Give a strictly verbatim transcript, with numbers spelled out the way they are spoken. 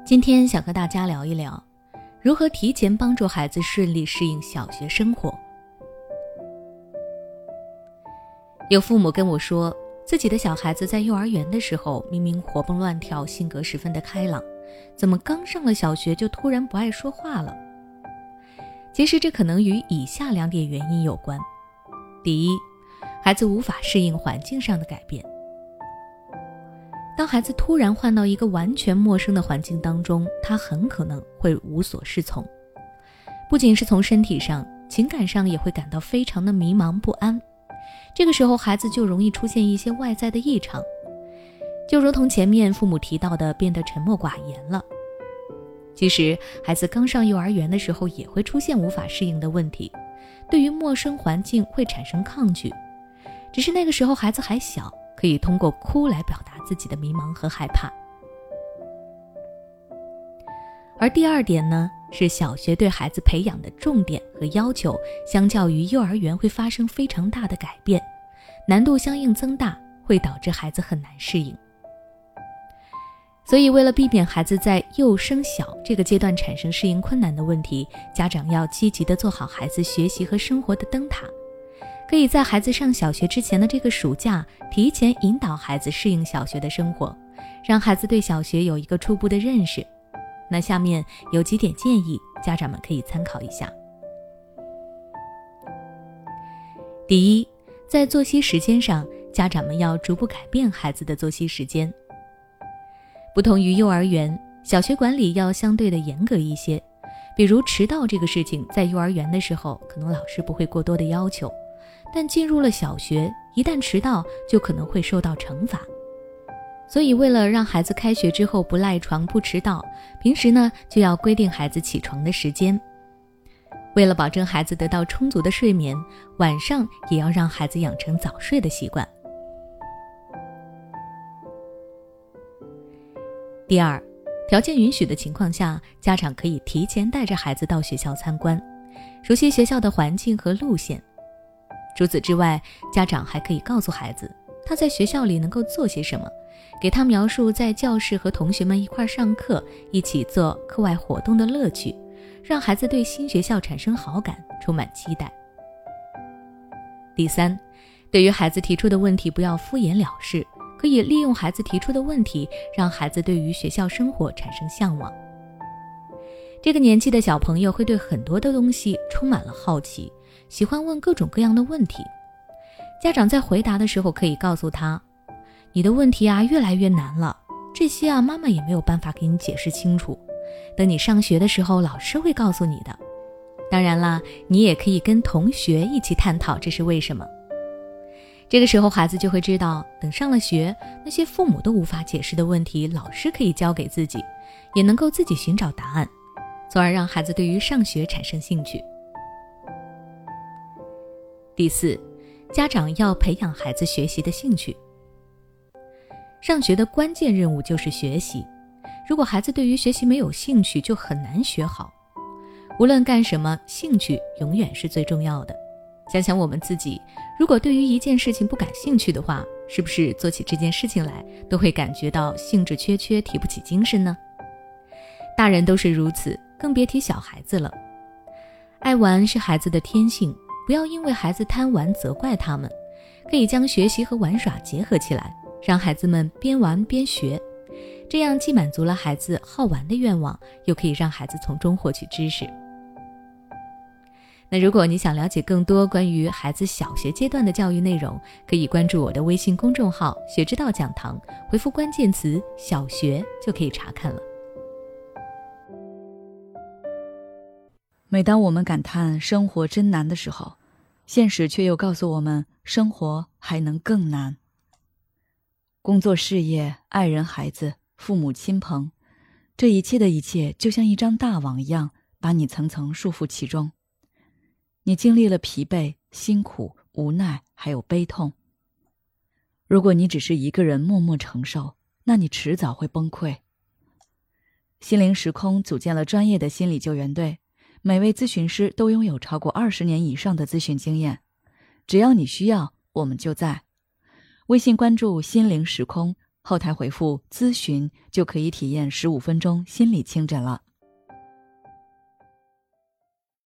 今天想和大家聊一聊，如何提前帮助孩子顺利适应小学生活。有父母跟我说，自己的小孩子在幼儿园的时候明明活蹦乱跳，性格十分的开朗，怎么刚上了小学就突然不爱说话了？其实这可能与以下两点原因有关。第一，孩子无法适应环境上的改变。当孩子突然换到一个完全陌生的环境当中，他很可能会无所适从，不仅是从身体上，情感上也会感到非常的迷茫不安。这个时候孩子就容易出现一些外在的异常，就如同前面父母提到的变得沉默寡言了。其实孩子刚上幼儿园的时候也会出现无法适应的问题，对于陌生环境会产生抗拒，只是那个时候孩子还小，可以通过哭来表达自己的迷茫和害怕。而第二点呢，是小学对孩子培养的重点和要求相较于幼儿园会发生非常大的改变，难度相应增大，会导致孩子很难适应。所以为了避免孩子在幼升小这个阶段产生适应困难的问题，家长要积极地做好孩子学习和生活的灯塔，可以在孩子上小学之前的这个暑假，提前引导孩子适应小学的生活，让孩子对小学有一个初步的认识。那下面有几点建议，家长们可以参考一下。第一，在作息时间上，家长们要逐步改变孩子的作息时间。不同于幼儿园，小学管理要相对的严格一些，比如迟到这个事情，在幼儿园的时候，可能老师不会过多的要求，但进入了小学，一旦迟到就可能会受到惩罚。所以为了让孩子开学之后不赖床不迟到，平时呢就要规定孩子起床的时间。为了保证孩子得到充足的睡眠，晚上也要让孩子养成早睡的习惯。第二，条件允许的情况下，家长可以提前带着孩子到学校参观，熟悉学校的环境和路线。除此之外，家长还可以告诉孩子他在学校里能够做些什么，给他描述在教室和同学们一块上课，一起做课外活动的乐趣，让孩子对新学校产生好感，充满期待。第三，对于孩子提出的问题不要敷衍了事，可以利用孩子提出的问题，让孩子对于学校生活产生向往。这个年纪的小朋友会对很多的东西充满了好奇，喜欢问各种各样的问题。家长在回答的时候可以告诉他，你的问题啊越来越难了，这些啊妈妈也没有办法给你解释清楚，等你上学的时候老师会告诉你的。当然啦，你也可以跟同学一起探讨这是为什么。这个时候孩子就会知道，等上了学，那些父母都无法解释的问题，老师可以教给自己，也能够自己寻找答案，从而让孩子对于上学产生兴趣。第四，家长要培养孩子学习的兴趣。上学的关键任务就是学习，如果孩子对于学习没有兴趣，就很难学好。无论干什么，兴趣永远是最重要的。想想我们自己，如果对于一件事情不感兴趣的话，是不是做起这件事情来都会感觉到兴致缺缺，提不起精神呢？大人都是如此，更别提小孩子了。爱玩是孩子的天性，不要因为孩子贪玩责怪他们，可以将学习和玩耍结合起来，让孩子们边玩边学，这样既满足了孩子好玩的愿望，又可以让孩子从中获取知识。那如果你想了解更多关于孩子小学阶段的教育内容，可以关注我的微信公众号学之道讲堂，回复关键词小学就可以查看了。 每当我们感叹生活真难的时候，现实却又告诉我们生活还能更难。工作事业、爱人孩子、父母亲朋，这一切的一切就像一张大网一样，把你层层束缚其中。你经历了疲惫、辛苦、无奈，还有悲痛。如果你只是一个人默默承受，那你迟早会崩溃。心灵时空组建了专业的心理救援队，每位咨询师都拥有超过二十年以上的咨询经验。只要你需要，我们就在。微信关注心灵时空， 后台回复咨询就可以体验十五分钟心理清诊了。